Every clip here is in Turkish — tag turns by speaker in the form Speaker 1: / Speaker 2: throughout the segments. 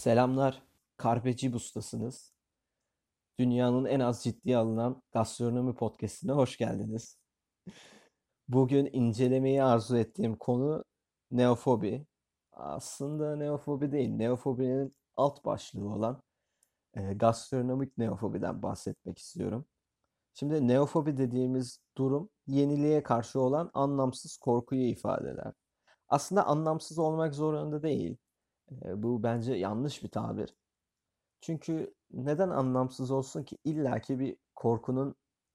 Speaker 1: Selamlar. Carpe ustasınız. Dünyanın en az ciddiye alınan gastronomi podcastine hoş geldiniz. Bugün incelemeyi arzu ettiğim konu neofobi. Aslında neofobi değil, neofobinin alt başlığı olan gastronomik neofobiden bahsetmek istiyorum. Şimdi neofobi dediğimiz durum yeniliğe karşı olan anlamsız korkuyu ifade eder. Aslında anlamsız olmak zorunda değil. Bu bence yanlış bir tabir. Çünkü neden anlamsız olsun ki? İlla ki bir korkunun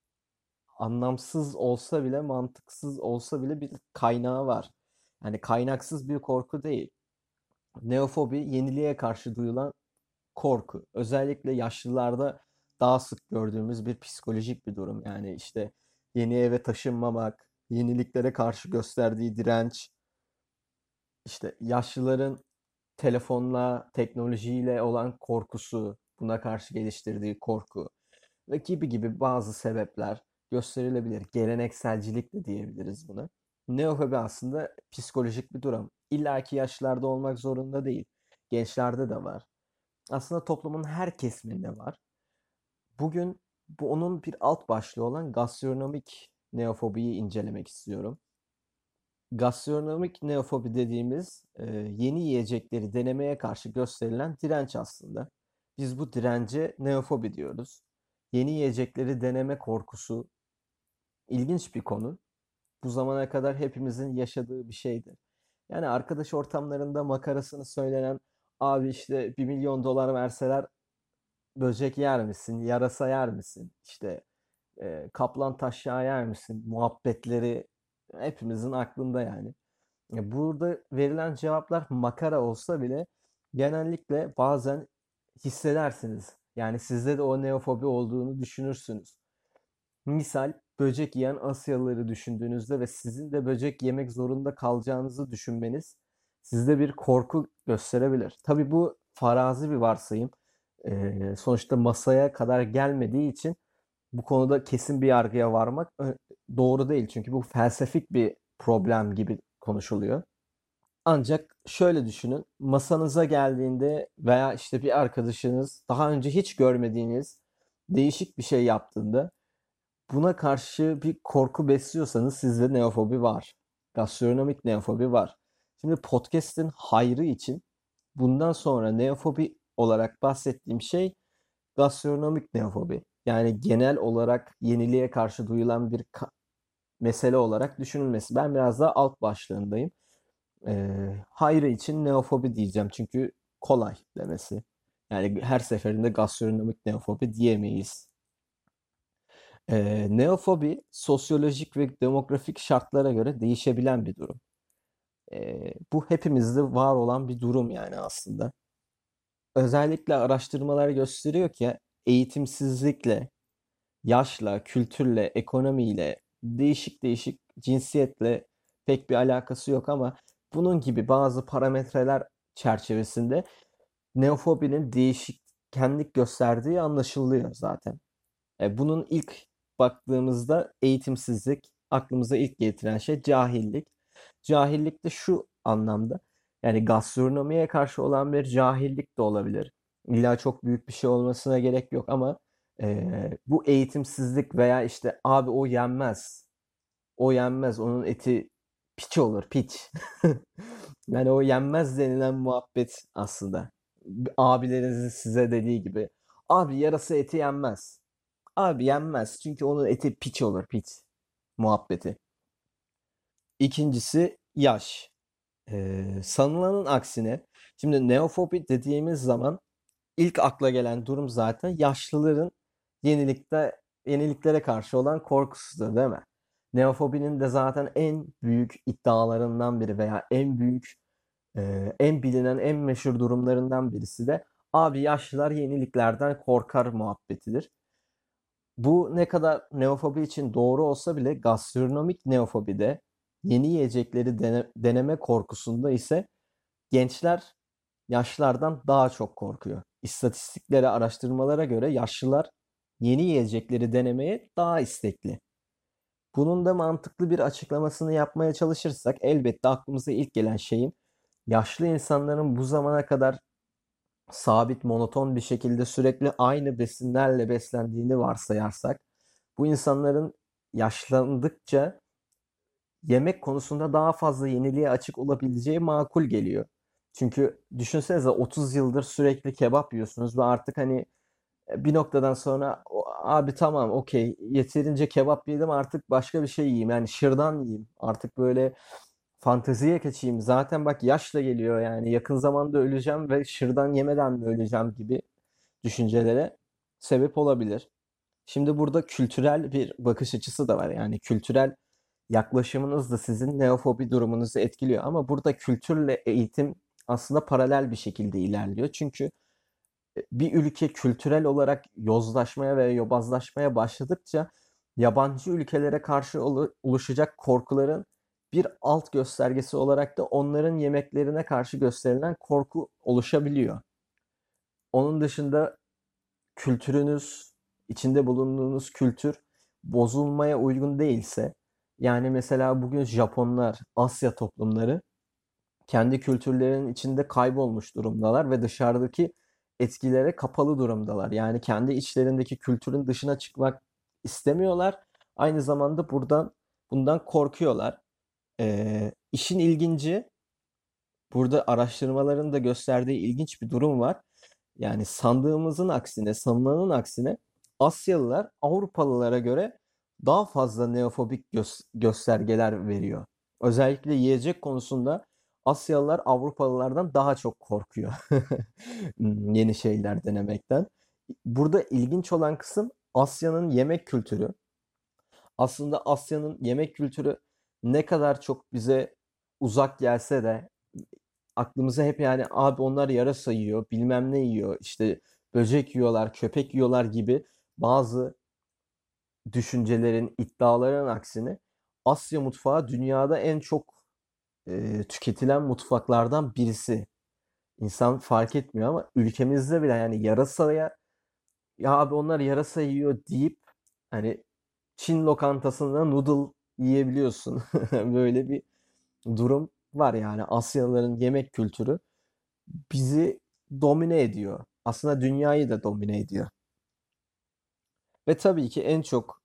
Speaker 1: anlamsız olsa bile, mantıksız olsa bile bir kaynağı var. Yani kaynaksız bir korku değil. Neofobi yeniliğe karşı duyulan korku. Özellikle yaşlılarda daha sık gördüğümüz bir psikolojik bir durum. Yani işte yeni eve taşınmamak, yeniliklere karşı gösterdiği direnç, işte yaşlıların telefonla, teknolojiyle olan korkusu, buna karşı geliştirdiği korku ve gibi gibi bazı sebepler gösterilebilir. Gelenekselcilik de diyebiliriz buna. Neofobi aslında psikolojik bir durum. İlla ki yaşlılarda olmak zorunda değil. Gençlerde de var. Aslında toplumun her kesiminde var. Bugün onun bir alt başlığı olan gastronomik neofobiyi incelemek istiyorum. Gastronomik neofobi dediğimiz yeni yiyecekleri denemeye karşı gösterilen direnç aslında. Biz bu dirence neofobi diyoruz. Yeni yiyecekleri deneme korkusu ilginç bir konu. Bu zamana kadar hepimizin yaşadığı bir şeydir. Yani arkadaş ortamlarında makarasını söylenen abi işte 1 milyon dolar verseler böcek yer misin, yarasa yer misin, işte kaplan taşyağı yer misin muhabbetleri hepimizin aklında yani. Burada verilen cevaplar makara olsa bile genellikle bazen hissedersiniz. Yani sizde de o neofobi olduğunu düşünürsünüz. Misal böcek yiyen Asyalıları düşündüğünüzde ve sizin de böcek yemek zorunda kalacağınızı düşünmeniz sizde bir korku gösterebilir. Tabii bu farazi bir varsayım. Sonuçta masaya kadar gelmediği için bu konuda kesin bir yargıya varmak doğru değil. Çünkü bu felsefik bir problem gibi konuşuluyor. Ancak şöyle düşünün, masanıza geldiğinde veya işte bir arkadaşınız daha önce hiç görmediğiniz değişik bir şey yaptığında buna karşı bir korku besliyorsanız sizde neofobi var. Gastronomik neofobi var. Şimdi podcast'in hayrı için bundan sonra neofobi olarak bahsettiğim şey gastronomik neofobi. Yani genel olarak yeniliğe karşı duyulan bir mesele olarak düşünülmesi. Ben biraz daha alt başlığındayım. Hayrı için neofobi diyeceğim çünkü kolay demesi. Yani her seferinde gastronomik neofobi diyemeyiz. Neofobi sosyolojik ve demografik şartlara göre değişebilen bir durum. Bu hepimizde var olan bir durum yani aslında. Özellikle araştırmalar gösteriyor ki eğitimsizlikle, yaşla, kültürle, ekonomiyle, değişik değişik cinsiyetle pek bir alakası yok ama bunun gibi bazı parametreler çerçevesinde neofobinin değişkenlik gösterdiği anlaşılıyor zaten. Bunun ilk baktığımızda eğitimsizlik, aklımıza ilk getiren şey cahillik. Cahillik de şu anlamda, yani gastronomiye karşı olan bir cahillik de olabilir. İlla çok büyük bir şey olmasına gerek yok ama bu eğitimsizlik veya işte abi o yenmez, o yenmez, onun eti piç olur, piç. Yani o yenmez denilen muhabbet aslında. Abilerinizin size dediği gibi. Abi yarasa eti yenmez. Abi yenmez çünkü onun eti piç olur, piç muhabbeti. İkincisi yaş. Sanılanın aksine şimdi neofobi dediğimiz zaman ilk akla gelen durum zaten yaşlıların yeniliklere karşı olan korkusudur değil mi? Neofobinin de zaten en büyük iddialarından biri veya en büyük, en bilinen, en meşhur durumlarından birisi de abi yaşlılar yeniliklerden korkar muhabbetidir. Bu ne kadar neofobi için doğru olsa bile gastronomik neofobide yeni yiyecekleri deneme korkusunda ise gençler yaşlılardan daha çok korkuyor. İstatistiklere, araştırmalara göre yaşlılar yeni yiyecekleri denemeye daha istekli. Bunun da mantıklı bir açıklamasını yapmaya çalışırsak elbette aklımıza ilk gelen şeyin yaşlı insanların bu zamana kadar sabit, monoton bir şekilde sürekli aynı besinlerle beslendiğini varsayarsak, bu insanların yaşlandıkça yemek konusunda daha fazla yeniliğe açık olabileceği makul geliyor. Çünkü düşünsenize 30 yıldır sürekli kebap yiyorsunuz ve artık hani bir noktadan sonra abi tamam okey yeterince kebap yedim artık başka bir şey yiyeyim. Yani şırdan yiyeyim. Artık böyle fanteziye geçeyim. Zaten bak yaşla geliyor yani yakın zamanda öleceğim ve şırdan yemeden mi öleceğim gibi düşüncelere sebep olabilir. Şimdi burada kültürel bir bakış açısı da var. Yani kültürel yaklaşımınız da sizin neofobi durumunuzu etkiliyor. Ama burada kültürle eğitim aslında paralel bir şekilde ilerliyor. Çünkü bir ülke kültürel olarak yozlaşmaya ve yobazlaşmaya başladıkça yabancı ülkelere karşı oluşacak korkuların bir alt göstergesi olarak da onların yemeklerine karşı gösterilen korku oluşabiliyor. Onun dışında kültürünüz, içinde bulunduğunuz kültür bozulmaya uygun değilse, yani mesela bugün Japonlar, Asya toplumları kendi kültürlerinin içinde kaybolmuş durumdalar ve dışarıdaki etkilere kapalı durumdalar. Yani kendi içlerindeki kültürün dışına çıkmak istemiyorlar. Aynı zamanda bundan korkuyorlar. İşin ilginci, burada araştırmaların da gösterdiği ilginç bir durum var. Yani sandığımızın aksine, sanılanın aksine Asyalılar Avrupalılara göre daha fazla neofobik göstergeler veriyor. Özellikle yiyecek konusunda Asyalılar Avrupalılardan daha çok korkuyor. Yeni şeyler denemekten. Burada ilginç olan kısım Asya'nın yemek kültürü. Aslında Asya'nın yemek kültürü ne kadar çok bize uzak gelse de aklımıza hep yani abi onlar yarasa yiyor, bilmem ne yiyor, işte böcek yiyorlar, köpek yiyorlar gibi bazı düşüncelerin, iddiaların aksine Asya mutfağı dünyada en çok tüketilen mutfaklardan birisi. İnsan fark etmiyor ama ülkemizde bile yani yarasaya ya abi onlar yarasa yiyor deyip hani Çin lokantasında noodle yiyebiliyorsun. Böyle bir durum var yani Asyalıların yemek kültürü bizi domine ediyor. Aslında dünyayı da domine ediyor. Ve tabii ki en çok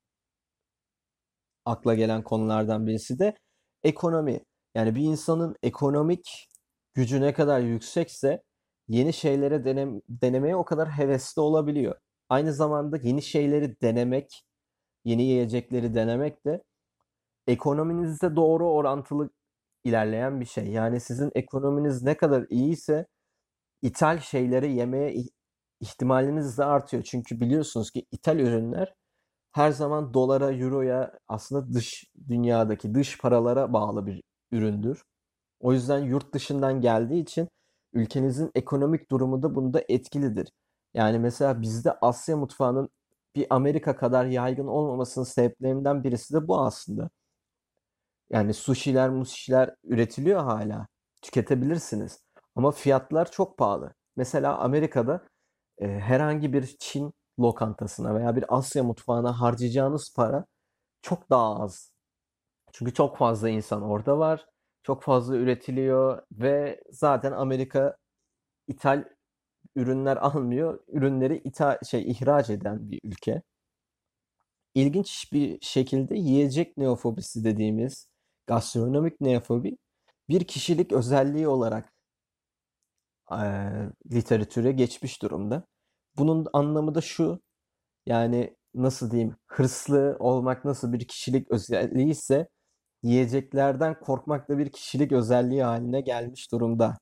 Speaker 1: akla gelen konulardan birisi de ekonomi. Yani bir insanın ekonomik gücü ne kadar yüksekse yeni şeylere denemeye o kadar hevesli olabiliyor. Aynı zamanda yeni şeyleri denemek, yeni yiyecekleri denemek de ekonominizle doğru orantılı ilerleyen bir şey. Yani sizin ekonominiz ne kadar iyiyse ithal şeyleri yemeye ihtimaliniz de artıyor. Çünkü biliyorsunuz ki ithal ürünler her zaman dolara, euroya aslında dış dünyadaki dış paralara bağlı bir üründür. O yüzden yurt dışından geldiği için ülkenizin ekonomik durumu da bunda etkilidir. Yani mesela bizde Asya mutfağının bir Amerika kadar yaygın olmamasının sebeplerinden birisi de bu aslında. Yani sushi'ler, mushi'ler üretiliyor hala. Tüketebilirsiniz. Ama fiyatlar çok pahalı. Mesela Amerika'da herhangi bir Çin lokantasına veya bir Asya mutfağına harcayacağınız para çok daha az. Çünkü çok fazla insan orada var. Çok fazla üretiliyor ve zaten Amerika ithal ürünler almıyor. Ürünleri ihraç eden bir ülke. İlginç bir şekilde yiyecek neofobisi dediğimiz gastronomik neofobi bir kişilik özelliği olarak literatüre geçmiş durumda. Bunun anlamı da şu, yani nasıl diyeyim, hırslı olmak nasıl bir kişilik özelliği ise yiyeceklerden korkmak da bir kişilik özelliği haline gelmiş durumda.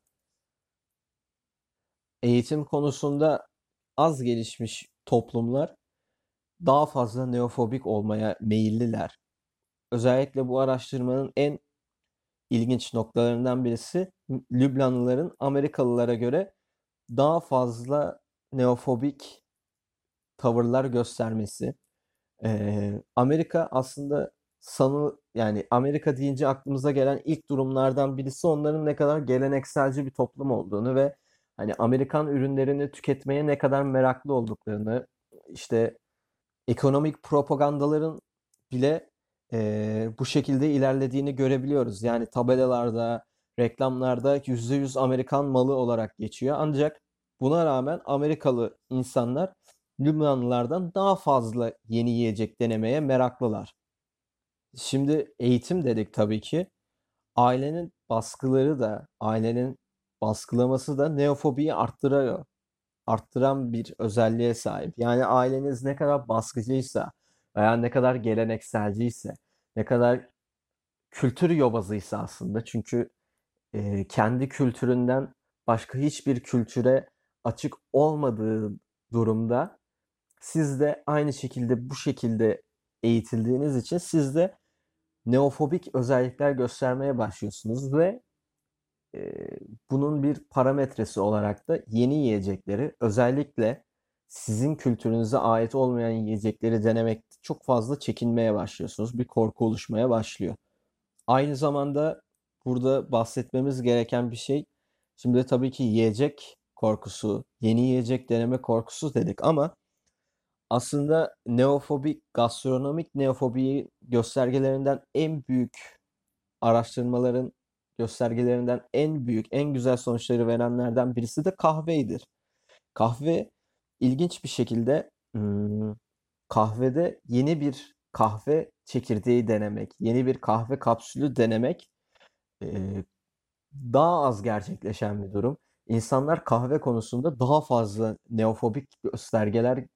Speaker 1: Eğitim konusunda az gelişmiş toplumlar daha fazla neofobik olmaya meyilliler. Özellikle bu araştırmanın en ilginç noktalarından birisi Lübnanlıların Amerikalılara göre daha fazla neofobik tavırlar göstermesi. Amerika aslında yani Amerika deyince aklımıza gelen ilk durumlardan birisi onların ne kadar gelenekselci bir toplum olduğunu ve hani Amerikan ürünlerini tüketmeye ne kadar meraklı olduklarını, işte ekonomik propagandaların bile bu şekilde ilerlediğini görebiliyoruz. Yani tabelalarda, reklamlarda %100 Amerikan malı olarak geçiyor. Ancak Buna rağmen Amerikalı insanlar Lübnanlılardan daha fazla yeni yiyecek denemeye meraklılar. Şimdi eğitim dedik tabii ki. Ailenin baskıları da, ailenin baskılaması da neofobiyi arttırıyor. Arttıran bir özelliğe sahip. Yani aileniz ne kadar baskıcıysa veya ne kadar gelenekselciyse, ne kadar kültür yobazıysa aslında. Çünkü kendi kültüründen başka hiçbir kültüre açık olmadığı durumda siz de aynı şekilde bu şekilde eğitildiğiniz için siz de neofobik özellikler göstermeye başlıyorsunuz ve bunun bir parametresi olarak da yeni yiyecekleri, özellikle sizin kültürünüze ait olmayan yiyecekleri denemekte çok fazla çekinmeye başlıyorsunuz. Bir korku oluşmaya başlıyor. Aynı zamanda burada bahsetmemiz gereken bir şey, şimdi tabii ki yiyecek korkusu, yeni yiyecek deneme korkusu dedik ama aslında neofobi, gastronomik neofobiyi göstergelerinden en büyük araştırmaların göstergelerinden en büyük, en güzel sonuçları verenlerden birisi de kahveydir. Kahve ilginç bir şekilde kahvede yeni bir kahve çekirdeği denemek, yeni bir kahve kapsülü denemek eee, daha az gerçekleşen bir durum. İnsanlar kahve konusunda daha fazla neofobik göstergelerde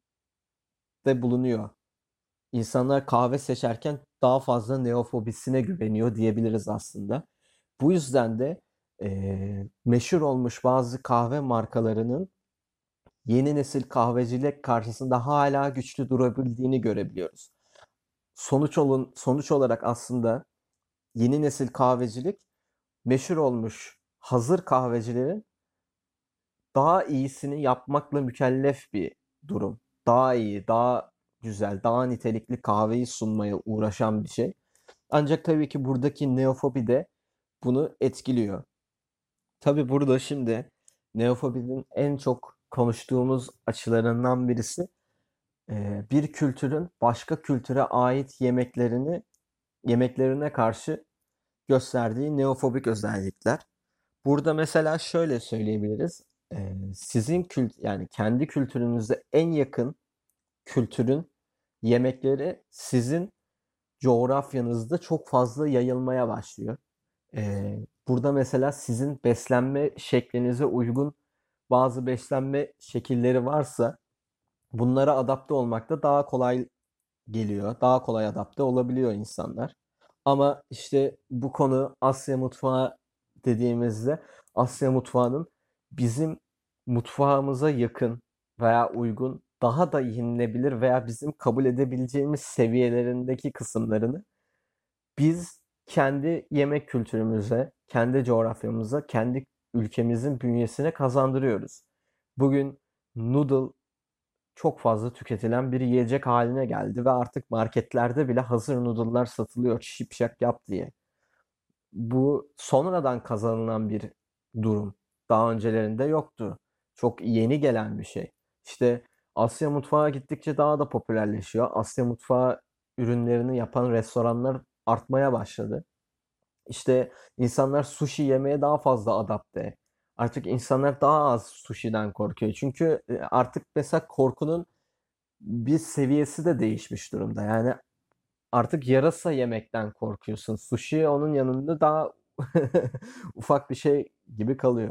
Speaker 1: bulunuyor. İnsanlar kahve seçerken daha fazla neofobisine güveniyor diyebiliriz aslında. Bu yüzden de meşhur olmuş bazı kahve markalarının yeni nesil kahvecilik karşısında hala güçlü durabildiğini görebiliyoruz. Sonuç olarak aslında yeni nesil kahvecilik meşhur olmuş hazır kahvecilerin daha iyisini yapmakla mükellef bir durum. Daha iyi, daha güzel, daha nitelikli kahveyi sunmaya uğraşan bir şey. Ancak tabii ki buradaki neofobi de bunu etkiliyor. Tabii burada şimdi neofobinin en çok konuştuğumuz açılarından birisi bir kültürün başka kültüre ait yemeklerine karşı gösterdiği neofobik özellikler. Burada mesela şöyle söyleyebiliriz. Sizin yani kendi kültürünüze en yakın kültürün yemekleri sizin coğrafyanızda çok fazla yayılmaya başlıyor. Burada mesela sizin beslenme şeklinize uygun bazı beslenme şekilleri varsa bunlara adapte olmak da daha kolay geliyor. Daha kolay adapte olabiliyor insanlar. Ama işte bu konu Asya mutfağı dediğimizde Asya mutfağının bizim mutfağımıza yakın veya uygun, daha da yenilebilir veya bizim kabul edebileceğimiz seviyelerindeki kısımlarını biz kendi yemek kültürümüze, kendi coğrafyamıza, kendi ülkemizin bünyesine kazandırıyoruz. Bugün noodle çok fazla tüketilen bir yiyecek haline geldi ve artık marketlerde bile hazır noodle'lar satılıyor şipşak yap diye. Bu sonradan kazanılan bir durum. Daha öncelerinde yoktu. Çok yeni gelen bir şey. İşte Asya mutfağı gittikçe daha da popülerleşiyor. Asya mutfağı ürünlerini yapan restoranlar artmaya başladı. İşte insanlar sushi yemeye daha fazla adapte. Artık insanlar daha az sushi'den korkuyor. Çünkü artık mesela korkunun bir seviyesi de değişmiş durumda. Yani artık yarasa yemekten korkuyorsun. Sushi onun yanında daha ufak bir şey gibi kalıyor.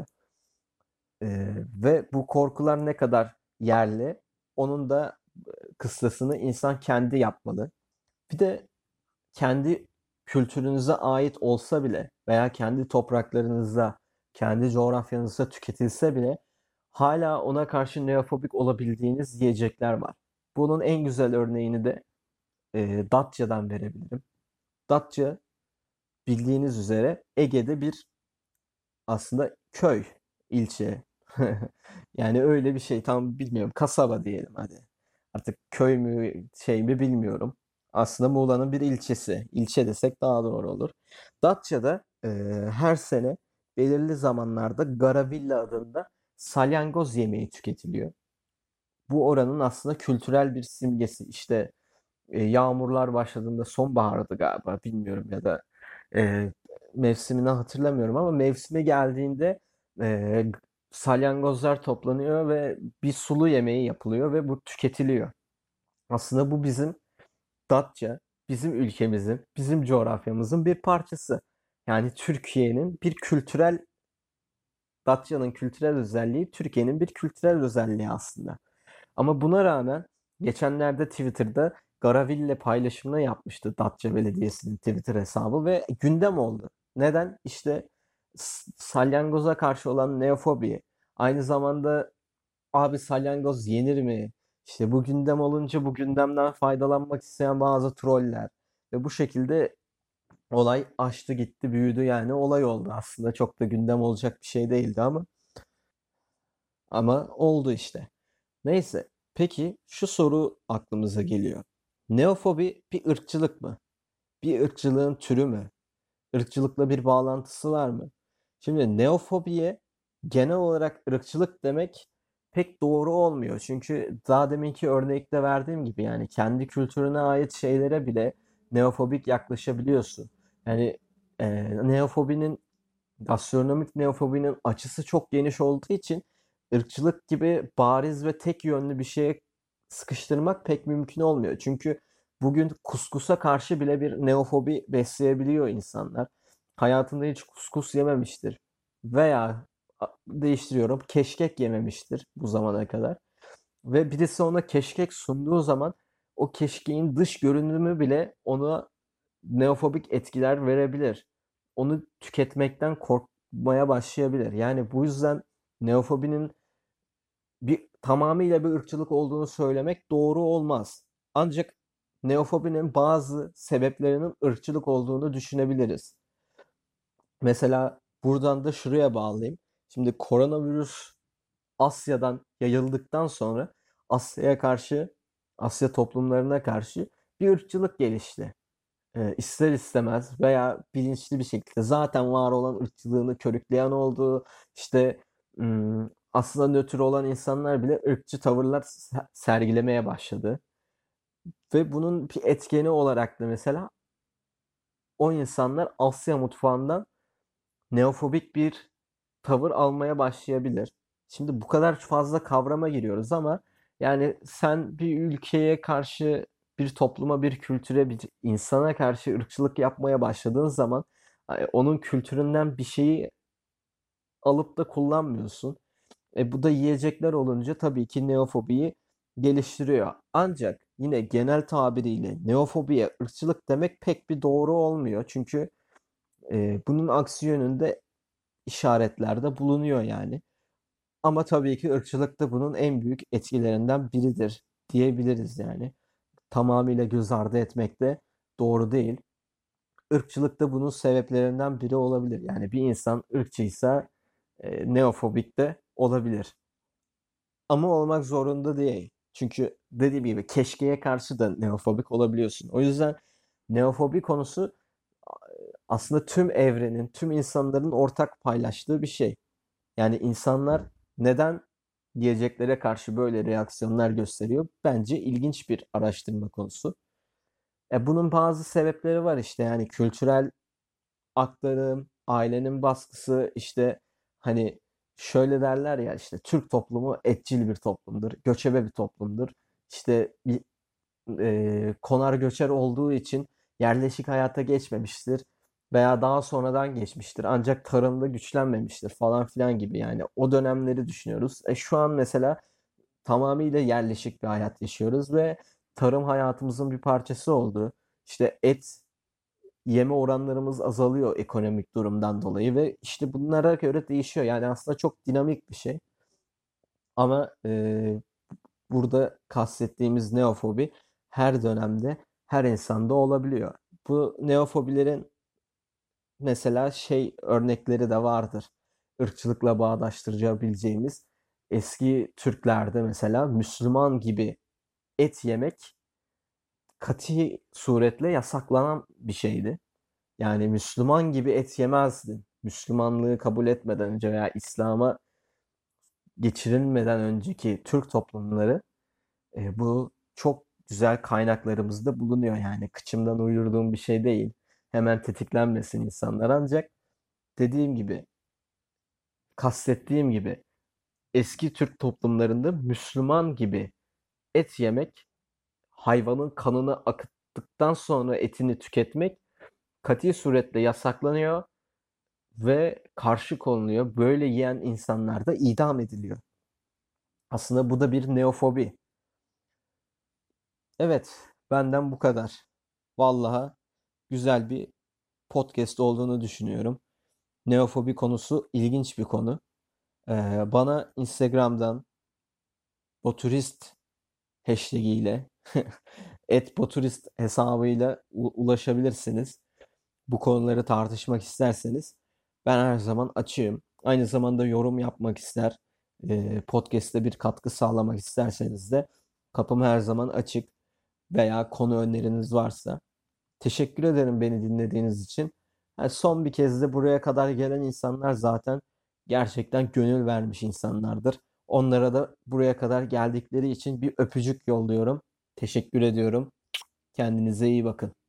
Speaker 1: Ve bu korkular ne kadar yerli, onun da kıstasını insan kendi yapmalı. Bir de kendi kültürünüze ait olsa bile veya kendi topraklarınızda, kendi coğrafyanızda tüketilse bile hala ona karşı neofobik olabildiğiniz yiyecekler var. Bunun en güzel örneğini de Datça'dan verebilirim. Datça bildiğiniz üzere Ege'de bir aslında köy, ilçe. Yani öyle bir şey tam bilmiyorum. Kasaba diyelim hadi. Artık köy mü şey mi bilmiyorum. Aslında Muğla'nın bir ilçesi. İlçe desek daha doğru olur. Datça'da her sene belirli zamanlarda Garavilla adında salyangoz yemeği tüketiliyor. Bu oranın aslında kültürel bir simgesi. İşte yağmurlar başladığında sonbahardı galiba bilmiyorum ya da e, mevsimini hatırlamıyorum ama mevsime geldiğinde e, salyangozlar toplanıyor ve bir sulu yemeği yapılıyor ve bu tüketiliyor. Aslında bu bizim Datça, bizim ülkemizin, bizim coğrafyamızın bir parçası. Yani Türkiye'nin bir kültürel, Datça'nın kültürel özelliği Türkiye'nin bir kültürel özelliği aslında. Ama buna rağmen geçenlerde Twitter'da Garaville paylaşımını yapmıştı Datça Belediyesi'nin Twitter hesabı ve gündem oldu. Neden? İşte salyangoza karşı olan neofobi, aynı zamanda abi salyangoz yenir mi? İşte bu gündem olunca bu gündemden faydalanmak isteyen bazı troller ve bu şekilde olay aştı gitti büyüdü, yani olay oldu. Aslında çok da gündem olacak bir şey değildi ama oldu işte. Neyse. Peki şu soru aklımıza geliyor. Neofobi bir ırkçılık mı? Bir ırkçılığın türü mü? Irkçılıkla bir bağlantısı var mı? Şimdi neofobiye genel olarak ırkçılık demek pek doğru olmuyor. Çünkü daha deminki örnekte verdiğim gibi yani kendi kültürüne ait şeylere bile neofobik yaklaşabiliyorsun. Yani neofobinin gastronomik neofobinin açısı çok geniş olduğu için ırkçılık gibi bariz ve tek yönlü bir şeye sıkıştırmak pek mümkün olmuyor. Çünkü bugün kuskusa karşı bile bir neofobi besleyebiliyor insanlar. Hayatında hiç kuskus yememiştir. Veya değiştiriyorum, keşkek yememiştir bu zamana kadar. Ve birisi ona keşkek sunduğu zaman o keşkeğin dış görünümü bile ona neofobik etkiler verebilir. Onu tüketmekten korkmaya başlayabilir. Yani bu yüzden neofobinin tamamıyla bir ırkçılık olduğunu söylemek doğru olmaz. Ancak neofobinin bazı sebeplerinin ırkçılık olduğunu düşünebiliriz. Mesela buradan da şuraya bağlayayım. Şimdi koronavirüs Asya'dan yayıldıktan sonra Asya'ya karşı, Asya toplumlarına karşı bir ırkçılık gelişti. İster istemez veya bilinçli bir şekilde zaten var olan ırkçılığını körükleyen oldu. İşte aslında nötr olan insanlar bile ırkçı tavırlar sergilemeye başladı. Ve bunun bir etkeni olarak da mesela o insanlar Asya mutfağından neofobik bir tavır almaya başlayabilir. Şimdi bu kadar fazla kavrama giriyoruz ama yani sen bir ülkeye karşı, bir topluma, bir kültüre, bir insana karşı ırkçılık yapmaya başladığın zaman onun kültüründen bir şeyi alıp da kullanmıyorsun. Bu da yiyecekler olunca tabii ki neofobiyi geliştiriyor. Ancak yine genel tabiriyle neofobiye ırkçılık demek pek bir doğru olmuyor. Çünkü bunun aksi yönünde işaretlerde bulunuyor yani. Ama tabii ki ırkçılık da bunun en büyük etkilerinden biridir diyebiliriz yani. Tamamıyla göz ardı etmek de doğru değil. Irkçılık da bunun sebeplerinden biri olabilir. Yani bir insan ırkçıysa neofobik de olabilir. Ama olmak zorunda değil. Çünkü dediğim gibi keşkeye karşı da neofobik olabiliyorsun. O yüzden neofobi konusu aslında tüm evrenin, tüm insanların ortak paylaştığı bir şey. Yani insanlar neden yiyeceklere karşı böyle reaksiyonlar gösteriyor? Bence ilginç bir araştırma konusu. Bunun bazı sebepleri var işte yani kültürel aktarım, ailenin baskısı, işte hani şöyle derler ya, işte Türk toplumu etçil bir toplumdur, göçebe bir toplumdur. İşte bir konar göçer olduğu için yerleşik hayata geçmemiştir veya daha sonradan geçmiştir. Ancak tarımda güçlenmemiştir falan filan gibi, yani o dönemleri düşünüyoruz. Şu an mesela tamamıyla yerleşik bir hayat yaşıyoruz ve tarım hayatımızın bir parçası oldu. İşte et yeme oranlarımız azalıyor ekonomik durumdan dolayı ve işte bunlara göre değişiyor. Yani aslında çok dinamik bir şey. Ama burada kastettiğimiz neofobi her dönemde, her insanda olabiliyor. Bu neofobilerin mesela şey örnekleri de vardır. Irkçılıkla bağdaştırabileceğimiz. Eski Türklerde mesela Müslüman gibi et yemek kati suretle yasaklanan bir şeydi. Yani Müslüman gibi et yemezdin. Müslümanlığı kabul etmeden önce veya İslam'a geçirilmeden önceki Türk toplumları, bu çok güzel kaynaklarımızda bulunuyor. Yani kıçımdan uydurduğum bir şey değil. Hemen tetiklenmesin insanlar, ancak dediğim gibi, kastettiğim gibi eski Türk toplumlarında Müslüman gibi et yemek, hayvanın kanını akıttıktan sonra etini tüketmek kati suretle yasaklanıyor ve karşı konuluyor. Böyle yiyen insanlar da idam ediliyor. Aslında bu da bir neofobi. Evet, benden bu kadar. Vallahi güzel bir podcast olduğunu düşünüyorum. Neofobi konusu ilginç bir konu. Bana Instagram'dan Boturist hashtag ile @boturist hesabıyla ulaşabilirsiniz. Bu konuları tartışmak isterseniz ben her zaman açığım. Aynı zamanda yorum yapmak ister, podcast'te bir katkı sağlamak isterseniz de kapım her zaman açık veya konu öneriniz varsa. Teşekkür ederim beni dinlediğiniz için. Yani son bir kez de buraya kadar gelen insanlar zaten gerçekten gönül vermiş insanlardır. Onlara da buraya kadar geldikleri için bir öpücük yolluyorum. Teşekkür ediyorum. Kendinize iyi bakın.